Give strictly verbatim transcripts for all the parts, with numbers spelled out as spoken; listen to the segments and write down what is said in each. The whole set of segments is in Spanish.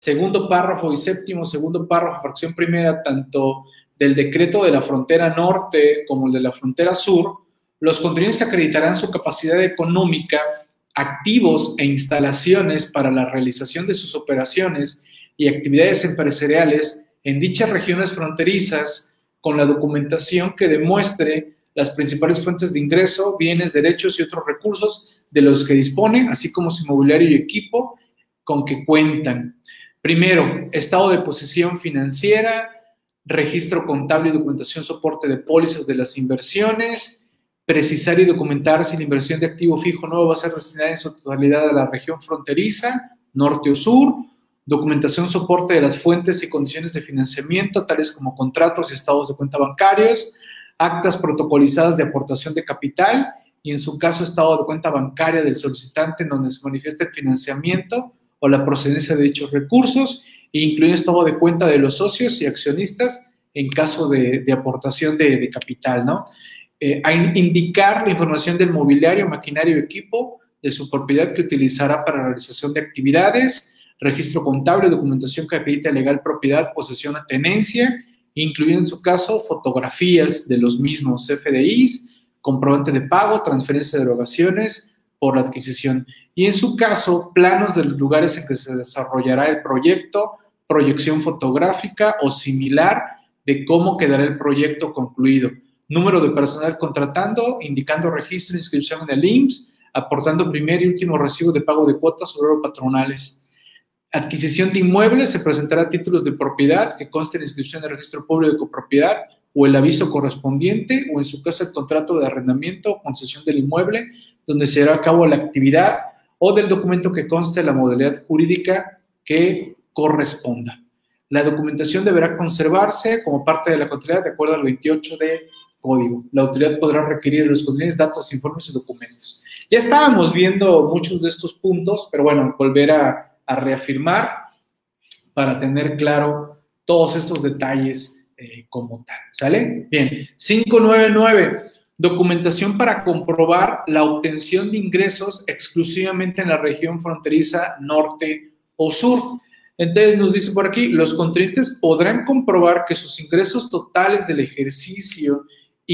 segundo párrafo y séptimo, segundo párrafo, fracción primera, tanto del decreto de la frontera norte como el de la frontera sur, los contribuyentes acreditarán su capacidad económica, activos e instalaciones para la realización de sus operaciones y actividades empresariales en dichas regiones fronterizas con la documentación que demuestre las principales fuentes de ingreso, bienes, derechos y otros recursos de los que disponen, así como su mobiliario y equipo con que cuentan. Primero, estado de posición financiera, registro contable y documentación soporte de pólizas de las inversiones, precisar y documentar si la inversión de activo fijo nuevo va a ser destinada en su totalidad a la región fronteriza, norte o sur, documentación soporte de las fuentes y condiciones de financiamiento, tales como contratos y estados de cuenta bancarios, actas protocolizadas de aportación de capital y, en su caso, estado de cuenta bancaria del solicitante en donde se manifiesta el financiamiento o la procedencia de dichos recursos, incluyendo estado de cuenta de los socios y accionistas en caso de, de aportación de, de capital, ¿no? Eh, a indicar la información del mobiliario, maquinario y equipo de su propiedad que utilizará para la realización de actividades, registro contable, documentación que acredite legal propiedad, posesión o tenencia, incluyendo en su caso fotografías de los mismos, F D Is, comprobante de pago, transferencia de erogaciones por la adquisición. Y en su caso, planos de los lugares en que se desarrollará el proyecto, proyección fotográfica o similar de cómo quedará el proyecto concluido. Número de personal contratando, indicando registro e inscripción en el I M S S, aportando primer y último recibo de pago de cuotas o patronales. Adquisición de inmuebles, se presentará títulos de propiedad que conste la inscripción de registro público de copropiedad o el aviso correspondiente, o en su caso el contrato de arrendamiento o concesión del inmueble, donde se llevará a cabo la actividad, o del documento que conste la modalidad jurídica que corresponda. La documentación deberá conservarse como parte de la contabilidad de acuerdo al veintiocho de Código. La autoridad podrá requerir los convenientes, datos, informes y documentos. Ya estábamos viendo muchos de estos puntos, pero bueno, volver a, a reafirmar para tener claro todos estos detalles eh, como tal, ¿sale? Bien, cinco nueve nueve, documentación para comprobar la obtención de ingresos exclusivamente en la región fronteriza norte o sur. Entonces nos dice por aquí, los contribuyentes podrán comprobar que sus ingresos totales del ejercicio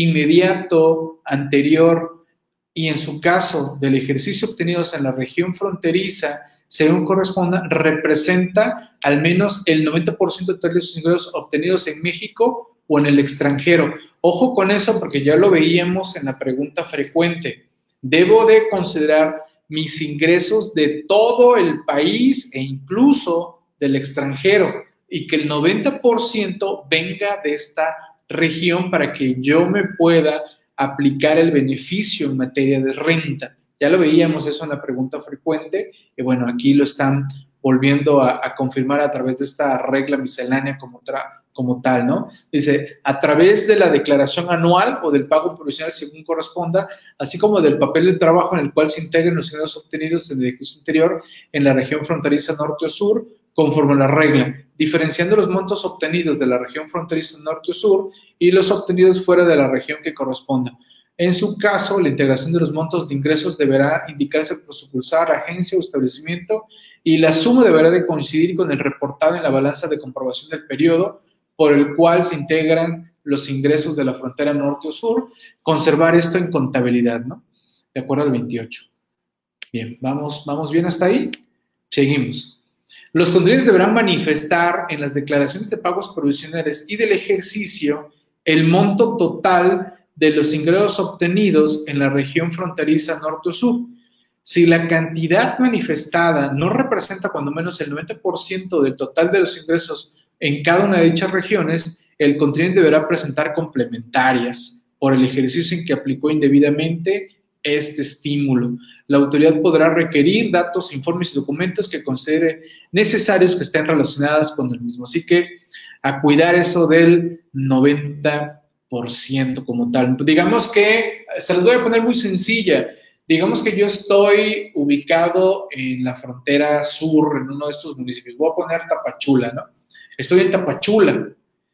inmediato, anterior y, en su caso, del ejercicio obtenidos en la región fronteriza, según corresponda, representa al menos el noventa por ciento total de sus ingresos obtenidos en México o en el extranjero. Ojo con eso, porque ya lo veíamos en la pregunta frecuente. Debo de considerar mis ingresos de todo el país e incluso del extranjero, y que el noventa por ciento venga de esta región para que yo me pueda aplicar el beneficio en materia de renta. Ya lo veíamos eso en la pregunta frecuente, y bueno, aquí lo están volviendo a, a confirmar a través de esta regla miscelánea como, tra, como tal, ¿no? Dice, a través de la declaración anual o del pago provisional según corresponda, así como del papel de trabajo en el cual se integren los ingresos obtenidos en el ejercicio interior en la región fronteriza norte o sur, conforme a la regla, diferenciando los montos obtenidos de la región fronteriza norte o sur y los obtenidos fuera de la región que corresponda. En su caso, la integración de los montos de ingresos deberá indicarse por sucursal, agencia o establecimiento, y la suma deberá de coincidir con el reportado en la balanza de comprobación del periodo por el cual se integran los ingresos de la frontera norte o sur, conservar esto en contabilidad, ¿no? De acuerdo al veintiocho. Bien, ¿vamos, vamos bien hasta ahí? Seguimos. Los contribuyentes deberán manifestar en las declaraciones de pagos provisionales y del ejercicio el monto total de los ingresos obtenidos en la región fronteriza norte o sur. Si la cantidad manifestada no representa cuando menos el noventa por ciento del total de los ingresos en cada una de dichas regiones, el contribuyente deberá presentar complementarias por el ejercicio en que aplicó indebidamente este estímulo. La autoridad podrá requerir datos, informes y documentos que considere necesarios que estén relacionados con el mismo. Así que a cuidar eso del noventa por ciento como tal. Digamos que, se los voy a poner muy sencilla, digamos que yo estoy ubicado en la frontera sur, en uno de estos municipios, voy a poner Tapachula, ¿no? Estoy en Tapachula,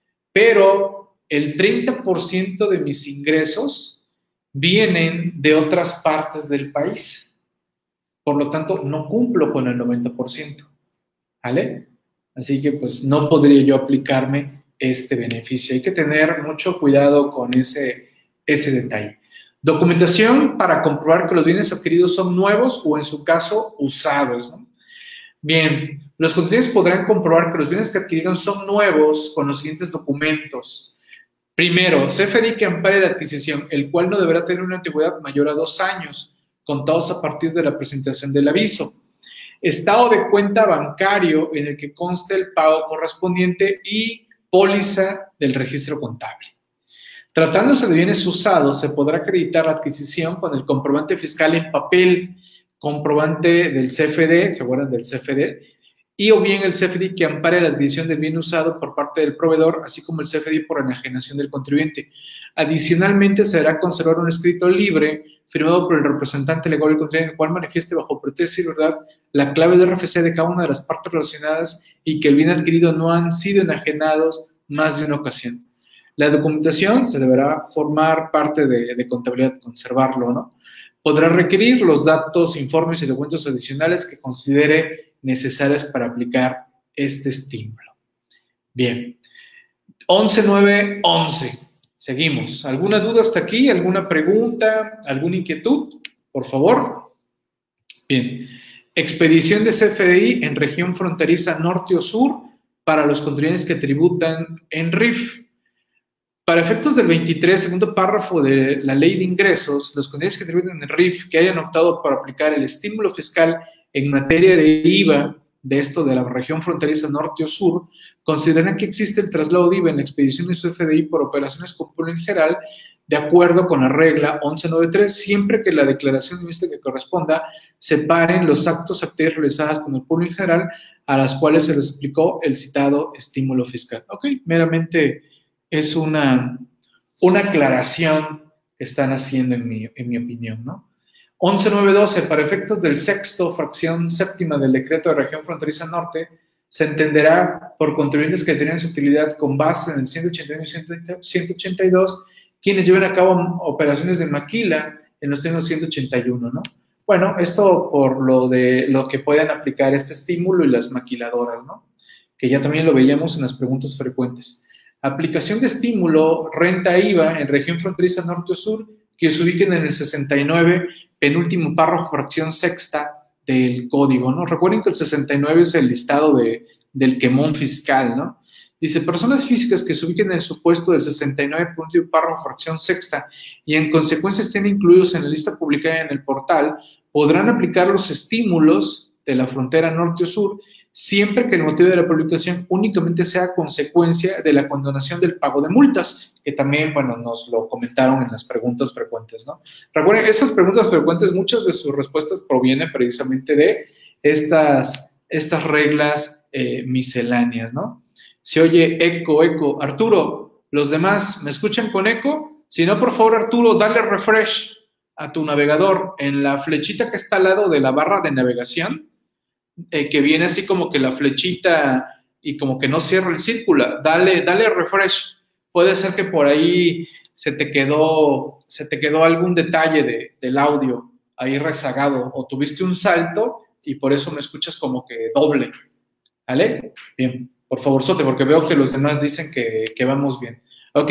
pero el treinta por ciento de mis ingresos vienen de otras partes del país. Por lo tanto, no cumplo con el noventa por ciento. ¿Vale? Así que pues no podría yo aplicarme este beneficio. Hay que tener mucho cuidado con ese, ese detalle. Documentación para comprobar que los bienes adquiridos son nuevos o en su caso usados, ¿no? Bien, los contribuyentes podrán comprobar que los bienes que adquirieron son nuevos con los siguientes documentos. Primero, C F D I que ampare la adquisición, el cual no deberá tener una antigüedad mayor a dos años, contados a partir de la presentación del aviso. Estado de cuenta bancario en el que conste el pago correspondiente y póliza del registro contable. Tratándose de bienes usados, se podrá acreditar la adquisición con el comprobante fiscal en papel, comprobante del C F D, ¿se acuerdan del C F D? Y o bien el C F D I que ampare la adquisición del bien usado por parte del proveedor, así como el C F D I por enajenación del contribuyente. Adicionalmente, se deberá conservar un escrito libre firmado por el representante legal del contribuyente, en el cual manifieste bajo protesta y verdad la clave de R F C de cada una de las partes relacionadas y que el bien adquirido no han sido enajenados más de una ocasión. La documentación se deberá formar parte de, de contabilidad, conservarlo, ¿no? Podrá requerir los datos, informes y documentos adicionales que considere necesarios para aplicar este estímulo. Bien, once nueve once. Seguimos. ¿Alguna duda hasta aquí? ¿Alguna pregunta? ¿Alguna inquietud? Por favor. Bien. Expedición de C F D I en región fronteriza norte o sur para los contribuyentes que tributan en R I F. Para efectos del veintitrés, segundo párrafo de la Ley de Ingresos, los contribuyentes que tributan en R I F que hayan optado por aplicar el estímulo fiscal en materia de I V A, de esto de la región fronteriza norte o sur, consideran que existe el traslado de I V A en la expedición de su C F D I por operaciones con público en general, de acuerdo con la regla once noventa y tres, siempre que la declaración de vista que corresponda separen los actos actividades realizadas con el público en general a las cuales se les aplicó el citado estímulo fiscal. Ok, meramente es una, una aclaración que están haciendo en mi, en mi opinión, ¿no? once nueve doce, para efectos del sexto, fracción séptima del decreto de región fronteriza norte, se entenderá por contribuyentes que tienen su utilidad con base en el ciento ochenta y uno y ciento ochenta y dos, quienes lleven a cabo operaciones de maquila en los términos ciento ochenta y uno, ¿no? Bueno, esto por lo de lo que puedan aplicar este estímulo y las maquiladoras, ¿no? Que ya también lo veíamos en las preguntas frecuentes. Aplicación de estímulo, renta I V A en región fronteriza norte o sur, que se ubiquen en el sesenta y nueve, penúltimo párrafo, fracción sexta del código, ¿no? Recuerden que el sesenta y nueve es el listado de, del quemón fiscal, ¿no? Dice, personas físicas que se ubiquen en el supuesto del sesenta y nueve, penúltimo párrafo, fracción sexta, y en consecuencia estén incluidos en la lista publicada en el portal, podrán aplicar los estímulos de la frontera norte o sur, siempre que el motivo de la publicación únicamente sea consecuencia de la condonación del pago de multas, que también, bueno, nos lo comentaron en las preguntas frecuentes, ¿no? Recuerden, esas preguntas frecuentes, muchas de sus respuestas provienen precisamente de estas, estas reglas eh, misceláneas, ¿no? Se oye eco, eco. Arturo, ¿los demás me escuchan con eco? Si no, por favor, Arturo, dale refresh a tu navegador en la flechita que está al lado de la barra de navegación, Eh, que viene así como que la flechita y como que no cierra el círculo, dale, dale refresh. Puede ser que por ahí se te quedó, se te quedó algún detalle de, del audio ahí rezagado o tuviste un salto y por eso me escuchas como que doble. ¿Vale? Bien, por favor, Sote, porque veo que los demás dicen que, que vamos bien. Ok.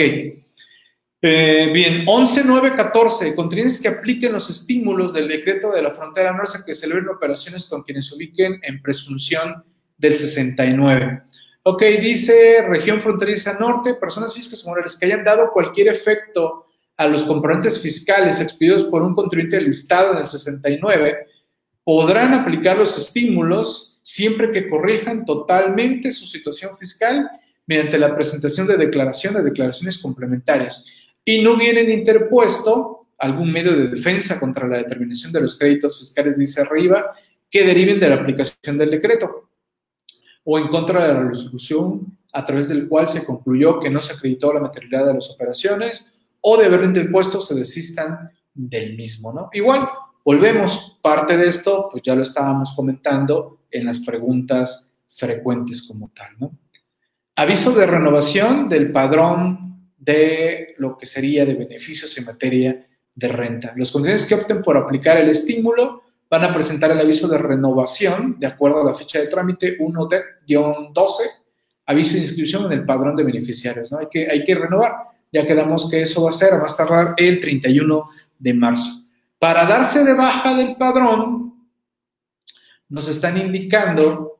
Eh, bien, once nueve catorce, contribuyentes que apliquen los estímulos del decreto de la frontera norte que celebren operaciones con quienes se ubiquen en presunción del sesenta y nueve. Ok, dice región fronteriza norte, personas físicas o morales que hayan dado cualquier efecto a los comprobantes fiscales expedidos por un contribuyente listado en el sesenta y nueve podrán aplicar los estímulos siempre que corrijan totalmente su situación fiscal mediante la presentación de declaración de declaraciones complementarias y no vienen interpuesto algún medio de defensa contra la determinación de los créditos fiscales, dice arriba, que deriven de la aplicación del decreto o en contra de la resolución a través del cual se concluyó que no se acreditó la materialidad de las operaciones o de haberlo interpuesto se desistan del mismo, ¿no? Igual, volvemos, parte de esto, pues ya lo estábamos comentando en las preguntas frecuentes como tal, ¿no? Aviso de renovación del padrón de lo que sería de beneficios en materia de renta. Los contribuyentes que opten por aplicar el estímulo van a presentar el aviso de renovación de acuerdo a la ficha de trámite uno D doce, aviso de inscripción en el padrón de beneficiarios, ¿no? Hay que, hay que renovar. Ya quedamos que eso va a ser a más tardar el treinta y uno de marzo. Para darse de baja del padrón, nos están indicando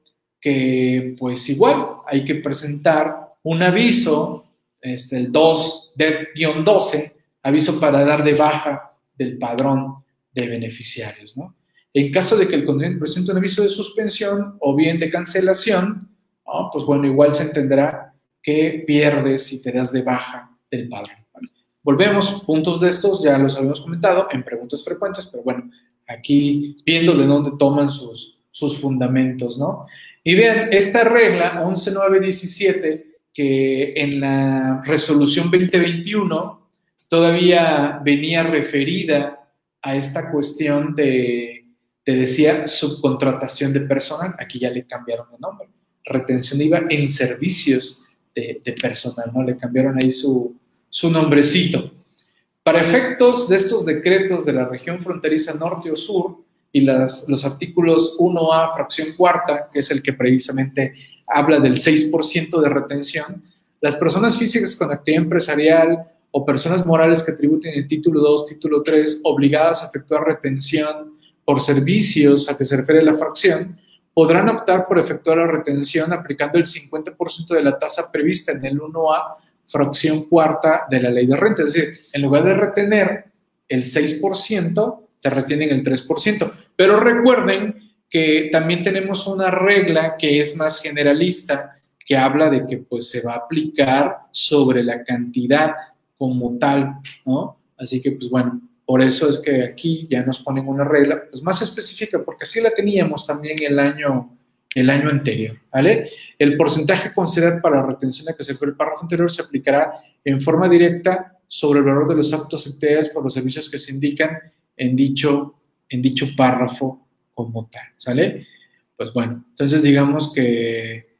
que, pues igual, hay que presentar un aviso, este, el dos D doce, aviso para dar de baja del padrón de beneficiarios, ¿no? En caso de que el contribuyente presente un aviso de suspensión o bien de cancelación, ¿no? Pues bueno, igual se entenderá que pierdes si te das de baja del padrón, ¿vale? Volvemos, puntos de estos ya los habíamos comentado en preguntas frecuentes, pero bueno, aquí viendo de dónde toman sus, sus fundamentos, ¿no? Y vean, esta regla once nueve diecisiete, que en la resolución veinte veintiuno todavía venía referida a esta cuestión de, te decía, subcontratación de personal, aquí ya le cambiaron el nombre, retención de I V A en servicios de, de personal, ¿no? Le cambiaron ahí su, su nombrecito. Para efectos de estos decretos de la región fronteriza norte o sur y las, los artículos uno A, fracción cuarta, que es el que precisamente habla del seis por ciento de retención, las personas físicas con actividad empresarial o personas morales que tributen el título dos, título tres, obligadas a efectuar retención por servicios a que se refiere la fracción, podrán optar por efectuar la retención aplicando el cincuenta por ciento de la tasa prevista en el uno A, fracción cuarta de la ley de renta. Es decir, en lugar de retener el seis por ciento, se retienen el tres por ciento. Pero recuerden que también tenemos una regla que es más generalista, que habla de que pues, se va a aplicar sobre la cantidad como tal, ¿no? Así que, pues bueno, por eso es que aquí ya nos ponen una regla pues, más específica, porque así la teníamos también el año, el año anterior, ¿vale? El porcentaje a considerar para la retención a que se fue el párrafo anterior se aplicará en forma directa sobre el valor de los actos actividades por los servicios que se indican en dicho, en dicho párrafo como tal, ¿sale? Pues bueno, entonces digamos que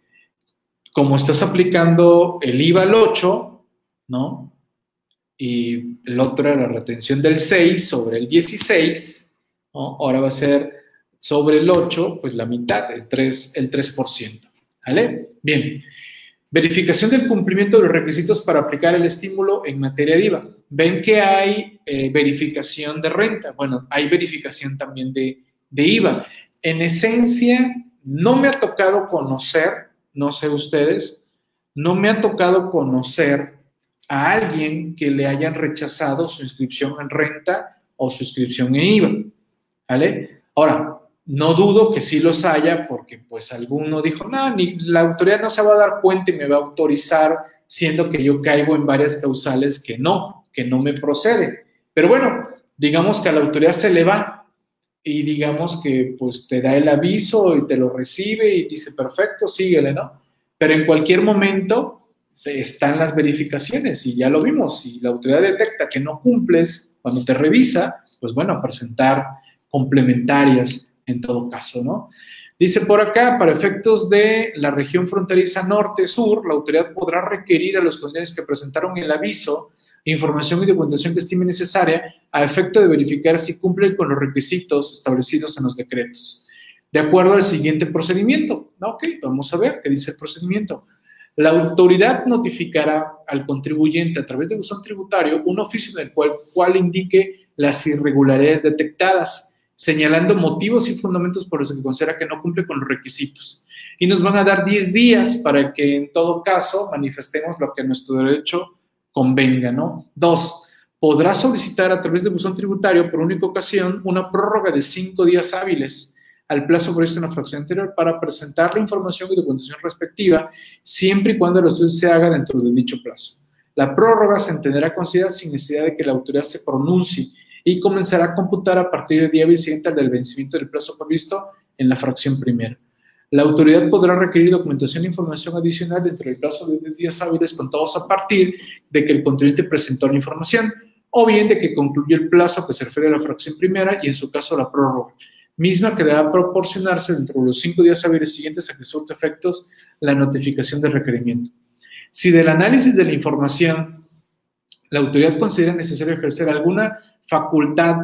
como estás aplicando el I V A al ocho, ¿no? Y el otro era la retención del seis sobre el dieciséis, ¿no? Ahora va a ser sobre el ocho, pues la mitad, el tres, el tres por ciento, ¿vale? Bien, verificación del cumplimiento de los requisitos para aplicar el estímulo en materia de I V A. Ven que hay eh, verificación de renta, bueno, hay verificación también de, de I V A. En esencia, no me ha tocado conocer, no sé ustedes, no me ha tocado conocer a alguien que le hayan rechazado su inscripción en renta o su inscripción en I V A, ¿vale? Ahora, no dudo que sí los haya porque pues alguno dijo, no, ni, la autoridad no se va a dar cuenta y me va a autorizar, siendo que yo caigo en varias causales que no, que no me procede. Pero bueno, digamos que a la autoridad se le va y digamos que pues te da el aviso y te lo recibe y dice, perfecto, síguele, ¿no? Pero en cualquier momento están las verificaciones y ya lo vimos, si la autoridad detecta que no cumples cuando te revisa, pues bueno, presentar complementarias en todo caso, ¿no? Dice por acá, para efectos de la región fronteriza norte-sur, la autoridad podrá requerir a los contribuyentes que presentaron el aviso información y documentación que estime necesaria a efecto de verificar si cumplen con los requisitos establecidos en los decretos, de acuerdo al siguiente procedimiento. Ok, vamos a ver qué dice el procedimiento. La autoridad notificará al contribuyente a través de buzón tributario un oficio en el cual, cual indique las irregularidades detectadas, señalando motivos y fundamentos por los que considera que no cumple con los requisitos. Y nos van a dar diez días para que en todo caso manifestemos lo que nuestro derecho convenga, ¿no? Dos, podrá solicitar a través de buzón tributario por única ocasión una prórroga de cinco días hábiles al plazo previsto en la fracción anterior para presentar la información y documentación respectiva, siempre y cuando el estudio se haga dentro de dicho plazo. La prórroga se entenderá considerada sin necesidad de que la autoridad se pronuncie y comenzará a computar a partir del día siguiente al del vencimiento del plazo previsto en la fracción primera. La autoridad podrá requerir documentación e información adicional dentro del plazo de diez días hábiles contados a partir de que el contribuyente presentó la información o bien de que concluye el plazo que se refiere a la fracción primera y en su caso la prórroga, misma que deberá proporcionarse dentro de los cinco días hábiles siguientes a que surte efectos la notificación del requerimiento. Si del análisis de la información la autoridad considera necesario ejercer alguna facultad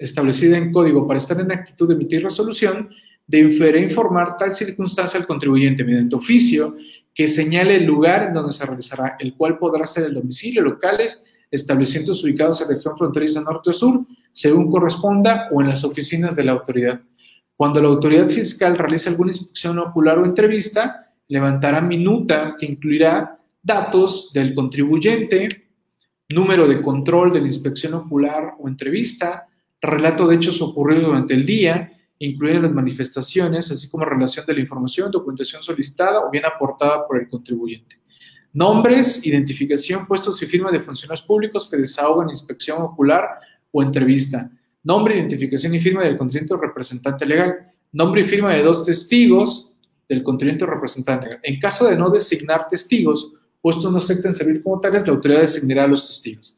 establecida en código para estar en actitud de emitir resolución, deberá informar tal circunstancia al contribuyente mediante oficio que señale el lugar en donde se realizará, el cual podrá ser el domicilio, locales, establecimientos ubicados en la región fronteriza norte o sur, según corresponda, o en las oficinas de la autoridad. Cuando la autoridad fiscal realice alguna inspección ocular o entrevista, levantará minuta que incluirá datos del contribuyente, número de control de la inspección ocular o entrevista, relato de hechos ocurridos durante el día, incluyendo las manifestaciones, así como relación de la información, documentación solicitada o bien aportada por el contribuyente. Nombres, identificación, puestos y firma de funcionarios públicos que desahogan inspección ocular o entrevista. Nombre, identificación y firma del contribuyente o representante legal. Nombre y firma de dos testigos del contribuyente o representante legal. En caso de no designar testigos, o estos no acepten servir como tales, la autoridad designará a los testigos.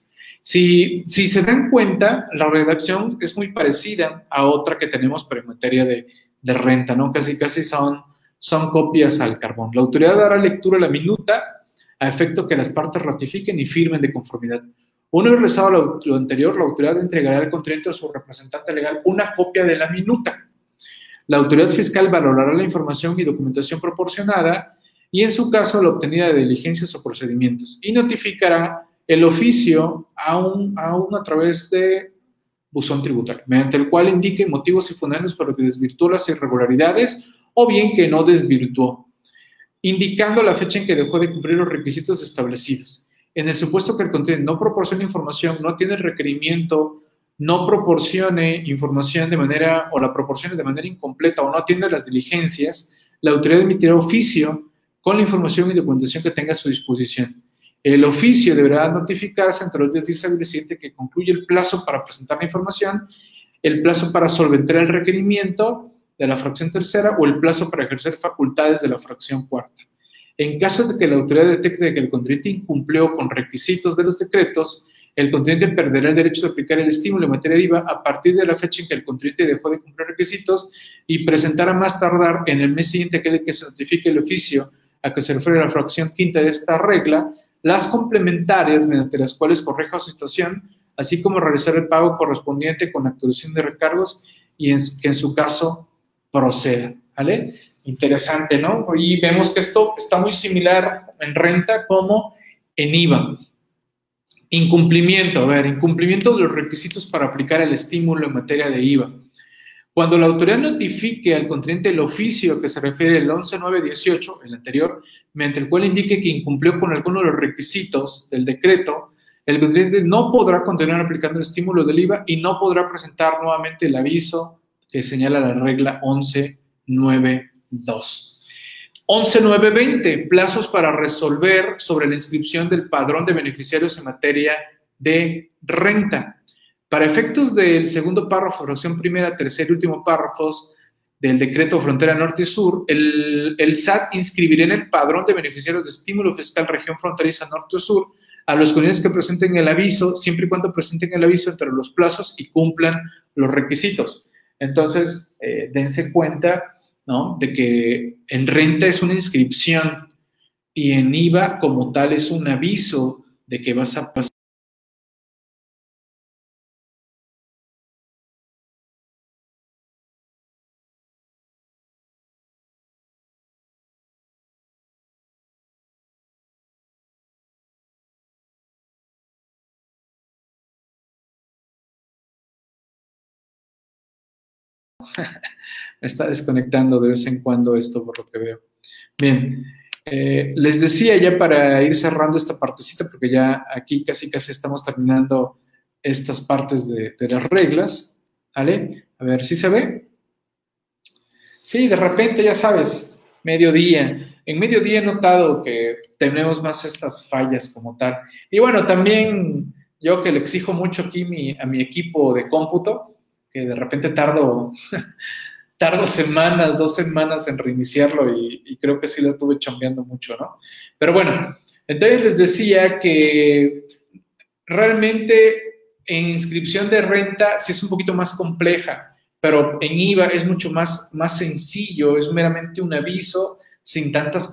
Si, si se dan cuenta, la redacción es muy parecida a otra que tenemos, pero en materia de, de renta, ¿no? Casi, casi son, son copias al carbón. La autoridad dará lectura a la minuta a efecto que las partes ratifiquen y firmen de conformidad. Una vez realizado lo, lo anterior, la autoridad entregará al contribuyente o a su representante legal una copia de la minuta. La autoridad fiscal valorará la información y documentación proporcionada y, en su caso, la obtenida de diligencias o procedimientos, y notificará el oficio aún, aún a través de buzón tributario, mediante el cual indique motivos y fundamentos por los que desvirtuó las irregularidades o bien que no desvirtuó, indicando la fecha en que dejó de cumplir los requisitos establecidos. En el supuesto que el contribuyente no proporcione información, no tiene el requerimiento, no proporcione información de manera, o la proporcione de manera incompleta o no atiende las diligencias, la autoridad emitirá oficio con la información y documentación que tenga a su disposición. El oficio deberá notificarse entre los diez días hábiles siguientes que concluye el plazo para presentar la información, el plazo para solventar el requerimiento de la fracción tercera o el plazo para ejercer facultades de la fracción cuarta. En caso de que la autoridad detecte que el contribuyente incumplió con requisitos de los decretos, el contribuyente perderá el derecho de aplicar el estímulo en materia de I V A a partir de la fecha en que el contribuyente dejó de cumplir requisitos y presentará más tardar en el mes siguiente aquel que se notifique el oficio a que se refiere a la fracción quinta de esta regla, las complementarias mediante las cuales corrija su situación, así como realizar el pago correspondiente con actualización de recargos y en, que en su caso proceda, ¿vale? Interesante, ¿no? Y vemos que esto está muy similar en renta como en I V A. Incumplimiento, a ver, incumplimiento de los requisitos para aplicar el estímulo en materia de I V A. Cuando la autoridad notifique al contribuyente el oficio que se refiere al once nueve dieciocho, el anterior, mediante el cual indique que incumplió con alguno de los requisitos del decreto, el contribuyente no podrá continuar aplicando el estímulo del I V A y no podrá presentar nuevamente el aviso que señala la regla once nueve dos. once nueve veinte, plazos para resolver sobre la inscripción del padrón de beneficiarios en materia de renta. Para efectos del segundo párrafo, fracción primera, tercer y último párrafos del decreto Frontera Norte y Sur, el, el S A T inscribirá en el padrón de beneficiarios de estímulo fiscal región fronteriza Norte o Sur a los contribuyentes que presenten el aviso, siempre y cuando presenten el aviso entre los plazos y cumplan los requisitos. Entonces, eh, dense cuenta, ¿no?, de que en renta es una inscripción y en I V A como tal es un aviso de que vas a pasar. Me está desconectando de vez en cuando esto por lo que veo. Bien, eh, les decía ya para ir cerrando esta partecita, porque ya aquí casi casi estamos terminando estas partes de, de las reglas, ¿vale? A ver, ¿sí se ve? Sí, de repente, ya sabes, mediodía. En mediodía he notado que tenemos más estas fallas como tal. Y bueno, también yo que le exijo mucho aquí mi, a mi equipo de cómputo, que de repente tardo, tardo semanas, dos semanas en reiniciarlo y, y creo que sí lo estuve chambeando mucho, ¿no? Pero bueno, entonces les decía que realmente en inscripción de renta sí es un poquito más compleja, pero en I V A es mucho más, más sencillo, es meramente un aviso sin tantas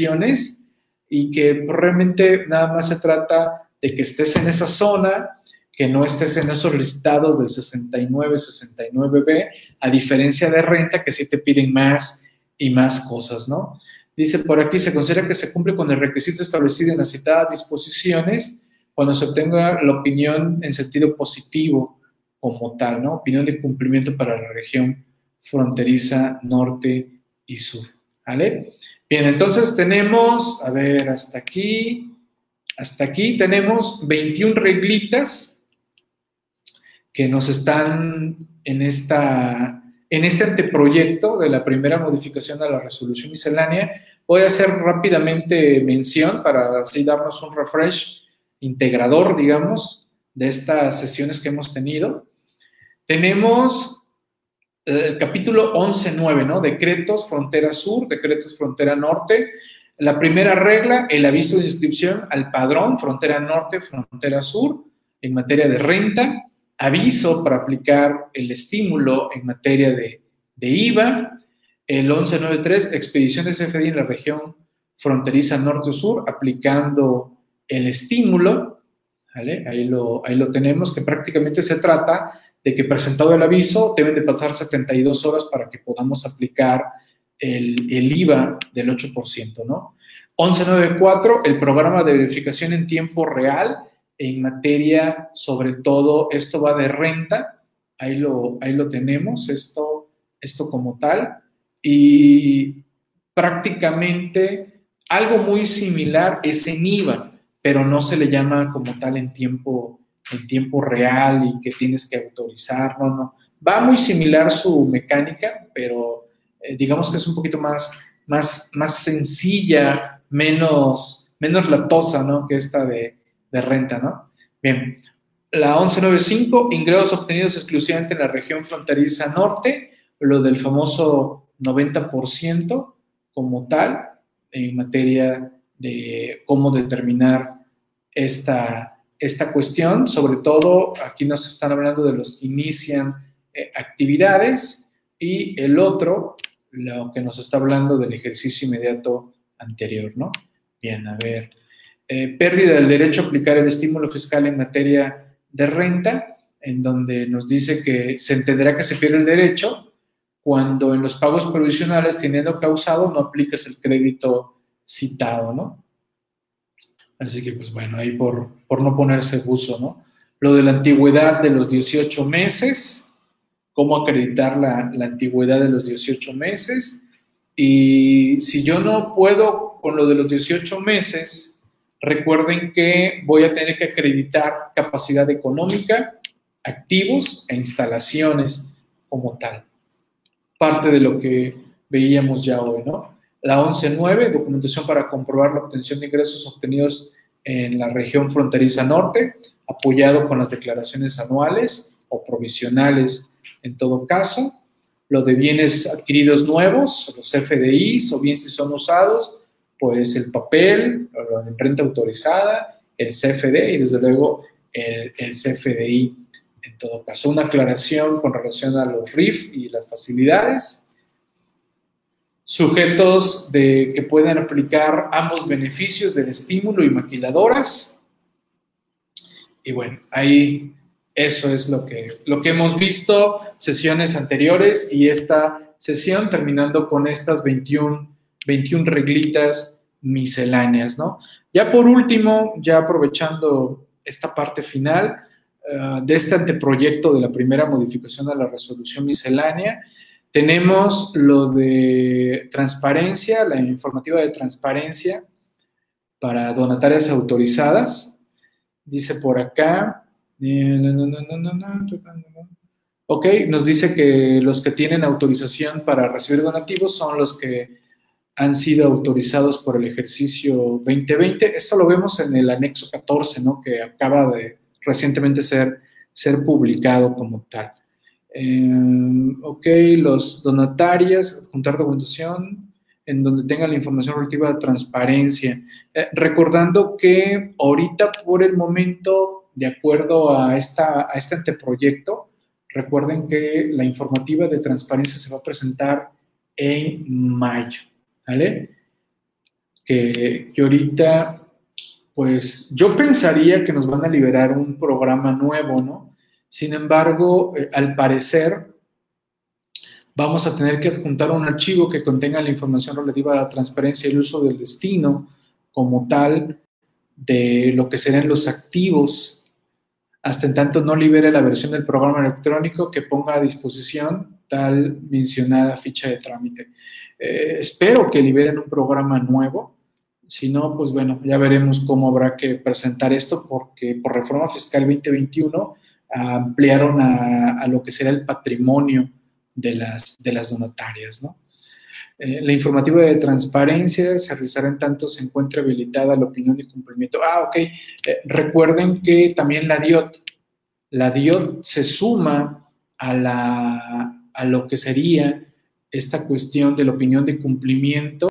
complicaciones y que realmente nada más se trata de que estés en esa zona, que no estés en esos listados del sesenta y nueve, sesenta y nueve B, a diferencia de renta, que sí te piden más y más cosas, ¿no? Dice por aquí, se considera que se cumple con el requisito establecido en las citadas disposiciones cuando se obtenga la opinión en sentido positivo como tal, ¿no? Opinión de cumplimiento para la región fronteriza norte y sur, ¿vale? Bien, entonces tenemos, a ver, hasta aquí, hasta aquí tenemos veintiuna reglitas que nos están en, esta, en este anteproyecto de la primera modificación a la resolución miscelánea. Voy a hacer rápidamente mención para así darnos un refresh integrador, digamos, de estas sesiones que hemos tenido. Tenemos el capítulo once punto nueve, ¿no? Decretos frontera sur, decretos frontera norte. La primera regla, el aviso de inscripción al padrón, frontera norte, frontera sur, en materia de renta. Aviso para aplicar el estímulo en materia de, de I V A. El once punto nueve punto tres, expedición de C F D I en la región fronteriza norte o sur, aplicando el estímulo, ¿vale? Ahí lo, ahí lo tenemos, que prácticamente se trata de que presentado el aviso deben de pasar setenta y dos horas para que podamos aplicar el, el I V A del ocho por ciento, ¿no? once punto nueve punto cuatro, el programa de verificación en tiempo real en materia, sobre todo, esto va de renta, ahí lo, ahí lo tenemos, esto, esto como tal, y prácticamente algo muy similar es en I V A, pero no se le llama como tal en tiempo, en tiempo real y que tienes que autorizar, no, no. Va muy similar su mecánica, pero eh, digamos que es un poquito más, más, más sencilla, menos, menos latosa, ¿no? Que esta de, de renta, ¿no? Bien, la once punto nueve punto cinco, ingresos obtenidos exclusivamente en la región fronteriza norte, lo del famoso noventa por ciento como tal, en materia de cómo determinar esta, esta cuestión. Sobre todo, aquí nos están hablando de los que inician eh, actividades, y el otro, lo que nos está hablando del ejercicio inmediato anterior, ¿no? Bien, a ver. Eh, pérdida del derecho a aplicar el estímulo fiscal en materia de renta, en donde nos dice que se entenderá que se pierde el derecho cuando en los pagos provisionales, teniendo causado, no aplicas el crédito citado, ¿no? Así que, pues bueno, ahí por, por no ponerse buzo, ¿no? Lo de la antigüedad de los dieciocho meses, cómo acreditar la, la antigüedad de los dieciocho meses, y si yo no puedo con lo de los dieciocho meses, recuerden que voy a tener que acreditar capacidad económica, activos e instalaciones como tal. Parte de lo que veíamos ya hoy, ¿no? La once punto nueve, documentación para comprobar la obtención de ingresos obtenidos en la región fronteriza norte, apoyado con las declaraciones anuales o provisionales en todo caso. Lo de bienes adquiridos nuevos, los F D Is, o bien si son usados, pues el papel, la imprenta autorizada, el C F D y desde luego el, el C F D I en todo caso. Una aclaración con relación a los R I F y las facilidades. Sujetos de, que puedan aplicar ambos beneficios del estímulo y maquiladoras. Y bueno, ahí eso es lo que, lo que hemos visto sesiones anteriores y esta sesión terminando con estas veintiuna, veintiuna reglitas misceláneas, ¿no? Ya por último, ya aprovechando esta parte final uh, de este anteproyecto de la primera modificación a la resolución miscelánea, tenemos lo de transparencia, la informativa de transparencia para donatarias autorizadas. Dice por acá, ok, nos dice que los que tienen autorización para recibir donativos son los que han sido autorizados por el ejercicio veinte veinte. Esto lo vemos en el anexo catorce, ¿no? Que acaba de recientemente ser, ser publicado como tal. Eh, ok, los donatarias, juntar documentación en donde tengan la información relativa a transparencia. Eh, recordando que ahorita, por el momento, de acuerdo a, esta, a este anteproyecto, recuerden que la informativa de transparencia se va a presentar en mayo, ¿vale? Que, que ahorita, pues yo pensaría que nos van a liberar un programa nuevo, ¿no? Sin embargo, eh, al parecer, vamos a tener que adjuntar un archivo que contenga la información relativa a la transparencia y el uso del destino como tal de lo que serán los activos, hasta en tanto no libere la versión del programa electrónico que ponga a disposición tal mencionada ficha de trámite. Eh, espero que liberen un programa nuevo. Si no, pues bueno, ya veremos cómo habrá que presentar esto, porque por reforma fiscal veinte veintiuno ampliaron a, a lo que será el patrimonio de las, de las donatarias, ¿no? Eh, la informativa de transparencia se realizará en tanto se encuentre habilitada la opinión de cumplimiento. Ah, ok. Eh, recuerden que también la D I O T, la D I O T se suma a, la, a lo que sería esta cuestión de la opinión de cumplimiento